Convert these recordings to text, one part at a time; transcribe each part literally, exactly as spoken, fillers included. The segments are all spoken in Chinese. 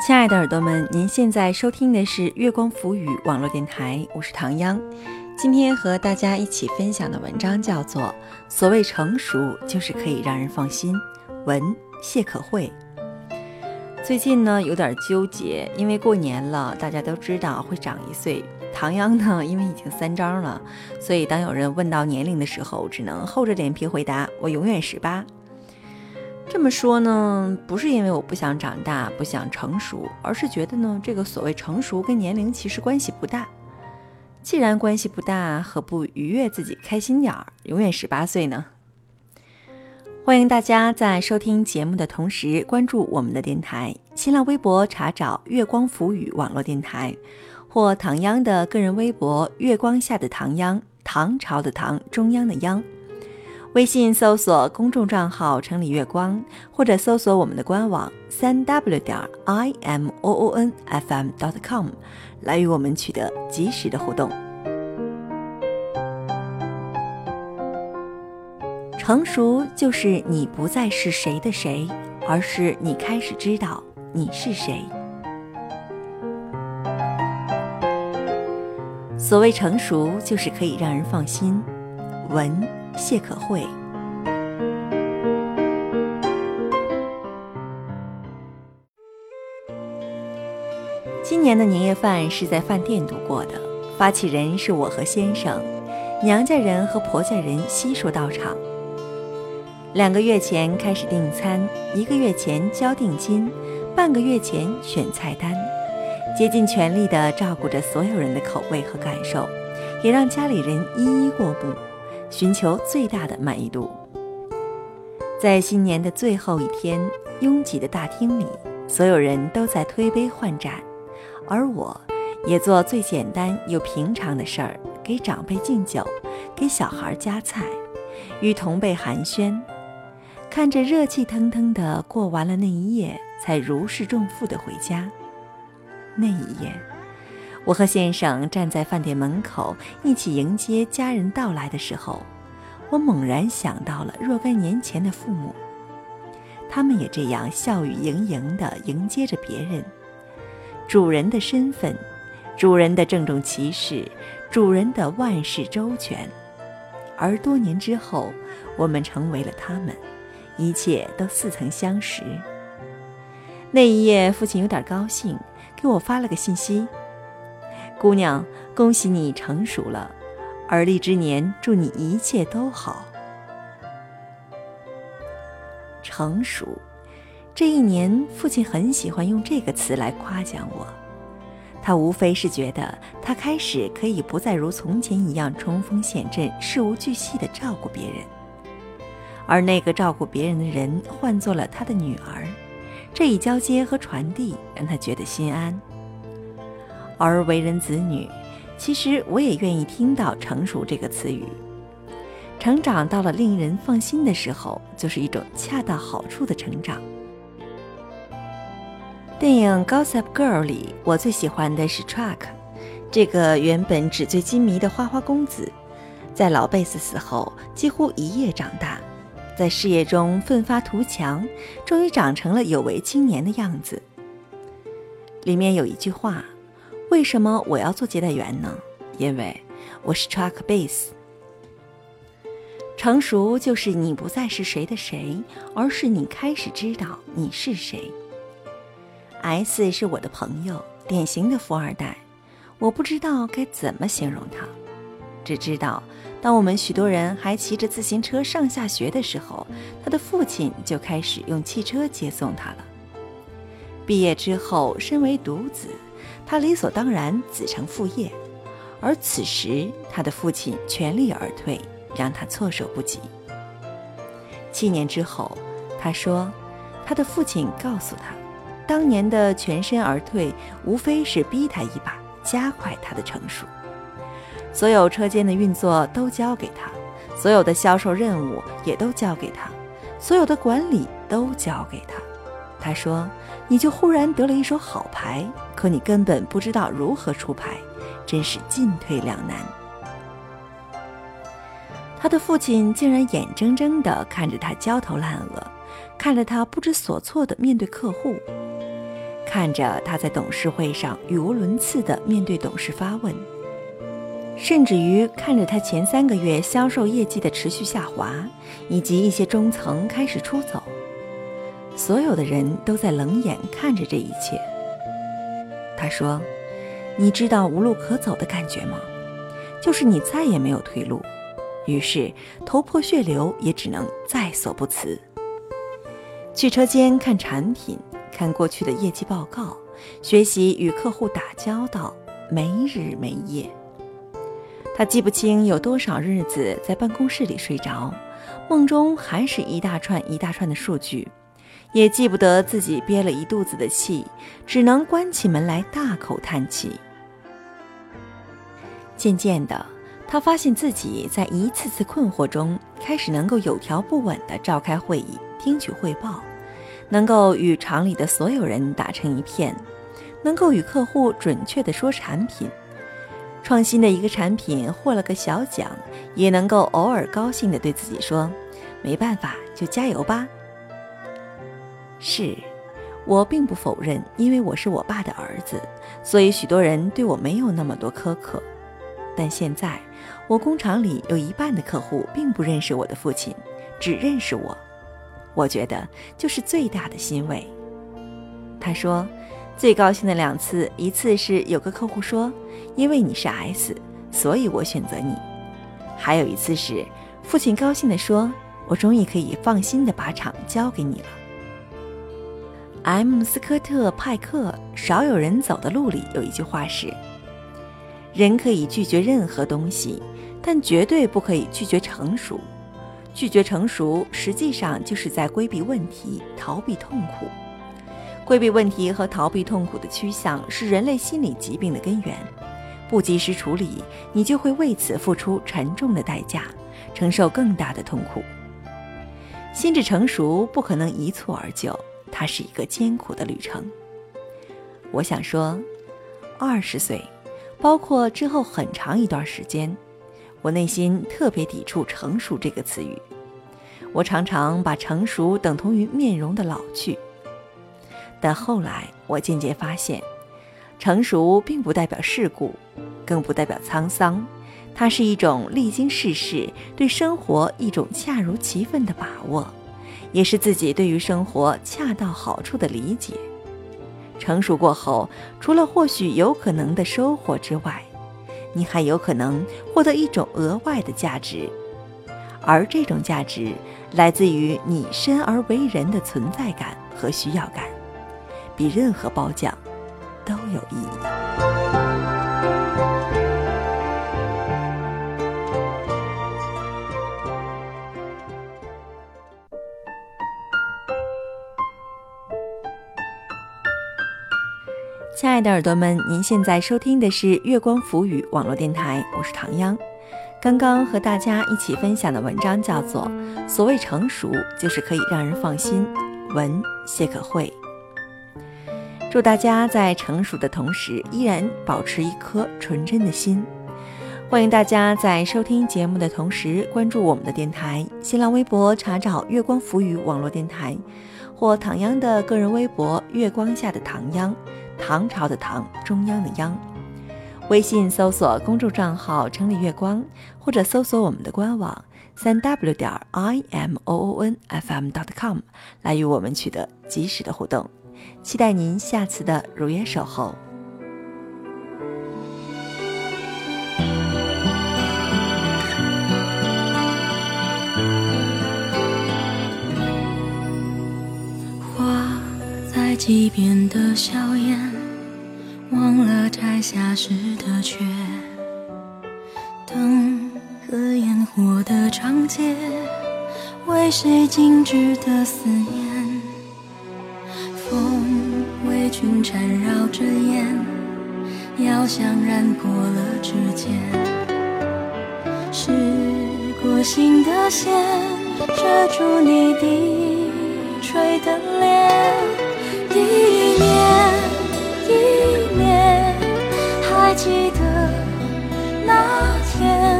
亲爱的耳朵们，您现在收听的是月光浮语网络电台，我是唐央。今天和大家一起分享的文章叫做《所谓成熟就是可以让人放心》，文谢可慧。最近呢有点纠结，因为过年了，大家都知道会长一岁。唐央呢因为已经三张了，所以当有人问到年龄的时候，只能厚着脸皮回答我永远十八。这么说呢，不是因为我不想长大，不想成熟，而是觉得呢，这个所谓成熟跟年龄其实关系不大。既然关系不大，何不愉悦自己开心点儿，永远十八岁呢？欢迎大家在收听节目的同时关注我们的电台，新浪微博查找月光浮语网络电台，或唐央的个人微博月光下的唐央，唐朝的唐，中央的央。微信搜索公众账号城里月光，或者搜索我们的官网 三 w 点 i m o o n f m 点 com 来与我们取得及时的互动。成熟就是你不再是谁的谁，而是你开始知道你是谁。所谓成熟就是可以让人放心，文谢可慧。今年的年夜饭是在饭店度过的，发起人是我和先生，娘家人和婆家人悉数到场。两个月前开始订餐，一个月前交定金，半个月前选菜单，竭尽全力地照顾着所有人的口味和感受，也让家里人一一过目，寻求最大的满意度。在新年的最后一天，拥挤的大厅里，所有人都在推杯换盏，而我也做最简单又平常的事儿，给长辈敬酒，给小孩夹菜，与同辈寒暄，看着热气腾腾地过完了那一夜，才如释重负地回家。那一夜，我和先生站在饭店门口，一起迎接家人到来的时候，我猛然想到了若干年前的父母，他们也这样笑语盈盈地迎接着别人。主人的身份，主人的郑重其事，主人的万事周全。而多年之后，我们成为了他们，一切都似曾相识。那一夜，父亲有点高兴，给我发了个信息：姑娘，恭喜你成熟了，而立之年，祝你一切都好。成熟，这一年父亲很喜欢用这个词来夸奖我。他无非是觉得他开始可以不再如从前一样冲锋陷阵，事无巨细地照顾别人，而那个照顾别人的人换作了他的女儿，这一交接和传递让他觉得心安。而为人子女，其实我也愿意听到成熟这个词语。成长到了令人放心的时候，就是一种恰到好处的成长。电影 Gossip Girl 里，我最喜欢的是 Chuck， 这个原本纸醉金迷的花花公子，在老贝斯死后几乎一夜长大，在事业中奋发图强，终于长成了有为青年的样子。里面有一句话，为什么我要做接待员呢？因为我是 Chuck Bass。 成熟就是你不再是谁的谁，而是你开始知道你是谁。 S 是我的朋友，典型的富二代，我不知道该怎么形容他，只知道当我们许多人还骑着自行车上下学的时候，他的父亲就开始用汽车接送他了。毕业之后，身为独子，他理所当然子承父业，而此时他的父亲全力而退，让他措手不及。七年之后，他说他的父亲告诉他，当年的全身而退无非是逼他一把，加快他的成熟。所有车间的运作都交给他，所有的销售任务也都交给他，所有的管理都交给他。他说，你就忽然得了一手好牌，可你根本不知道如何出牌，真是进退两难。他的父亲竟然眼睁睁地看着他焦头烂额，看着他不知所措地面对客户。 看着他在董事会上语无伦次地面对董事发问，甚至于看着他前三个月销售业绩的持续下滑，以及一些中层开始出走，所有的人都在冷眼看着这一切。他说，你知道无路可走的感觉吗？就是你再也没有退路，于是头破血流也只能在所不辞。去车间看产品，看过去的业绩报告，学习与客户打交道，没日没夜。他记不清有多少日子在办公室里睡着，梦中还是一大串一大串的数据，也记不得自己憋了一肚子的气，只能关起门来大口叹气。渐渐的，他发现自己在一次次困惑中，开始能够有条不紊地召开会议，听取汇报，能够与厂里的所有人打成一片，能够与客户准确地说产品，创新的一个产品获了个小奖，也能够偶尔高兴地对自己说，没办法，就加油吧。是，我并不否认，因为我是我爸的儿子，所以许多人对我没有那么多苛刻。但现在，我工厂里有一半的客户并不认识我的父亲，只认识我。我觉得就是最大的欣慰。他说，最高兴的两次，一次是有个客户说，因为你是 S， 所以我选择你。还有一次是父亲高兴地说，我终于可以放心地把厂交给你了。M 斯科特派克少有人走的路里有一句话是，人可以拒绝任何东西，但绝对不可以拒绝成熟。拒绝成熟实际上就是在规避问题，逃避痛苦。规避问题和逃避痛苦的趋向是人类心理疾病的根源，不及时处理，你就会为此付出沉重的代价，承受更大的痛苦。心智成熟不可能一蹴而就，它是一个艰苦的旅程。我想说，二十岁包括之后很长一段时间，我内心特别抵触成熟这个词语。我常常把成熟等同于面容的老去，但后来我渐渐发现，成熟并不代表世故，更不代表沧桑，它是一种历经世事，对生活一种恰如其分的把握，也是自己对于生活恰到好处的理解。成熟过后，除了或许有可能的收获之外，你还有可能获得一种额外的价值，而这种价值来自于你身而为人的存在感和需要感，比任何褒奖都有意义。亲爱的耳朵们，您现在收听的是月光浮语网络电台，我是唐央。刚刚和大家一起分享的文章叫做《所谓成熟，就是可以让人放心》，文谢可慧。祝大家在成熟的同时，依然保持一颗纯真的心。欢迎大家在收听节目的同时，关注我们的电台，新浪微博查找月光浮语网络电台，或唐央的个人微博月光下的唐央，唐朝的唐，中央的央。微信搜索公众账号城里月光，或者搜索我们的官网 三 w 点 i m o o n f m dot com 来与我们取得及时的互动。期待您下次的如约守候。 花在溪边的笑颜，忘了摘下时的缺，灯和烟火的长街，为谁静止的思念？风为君缠绕着烟，遥想染过了指尖。是过心的线，遮住你低垂的脸。一年一年，还记得那天，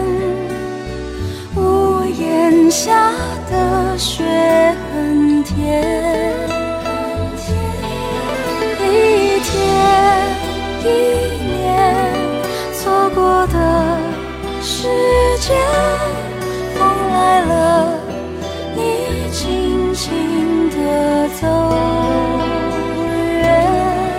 屋檐下的雪很甜。一一年，错过的时间，风来了，你轻轻地走远。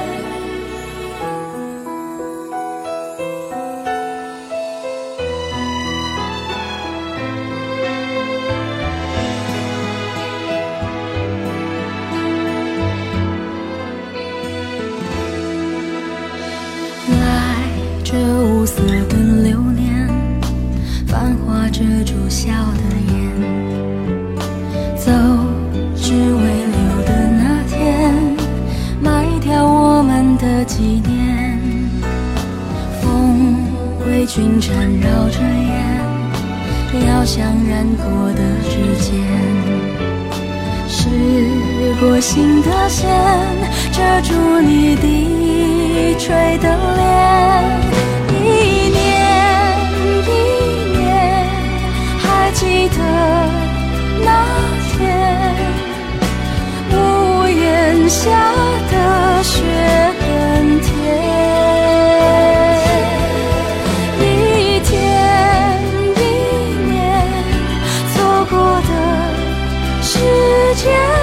来这无色的流年，繁华遮住笑的眼，走只为留的那天，埋掉我们的纪念。风为君缠绕着烟，遥想染过的指尖，试过心的线，遮住你低垂的脸。一年一年，还记得那天，屋檐下的雪很甜。一天一年，错过的时间。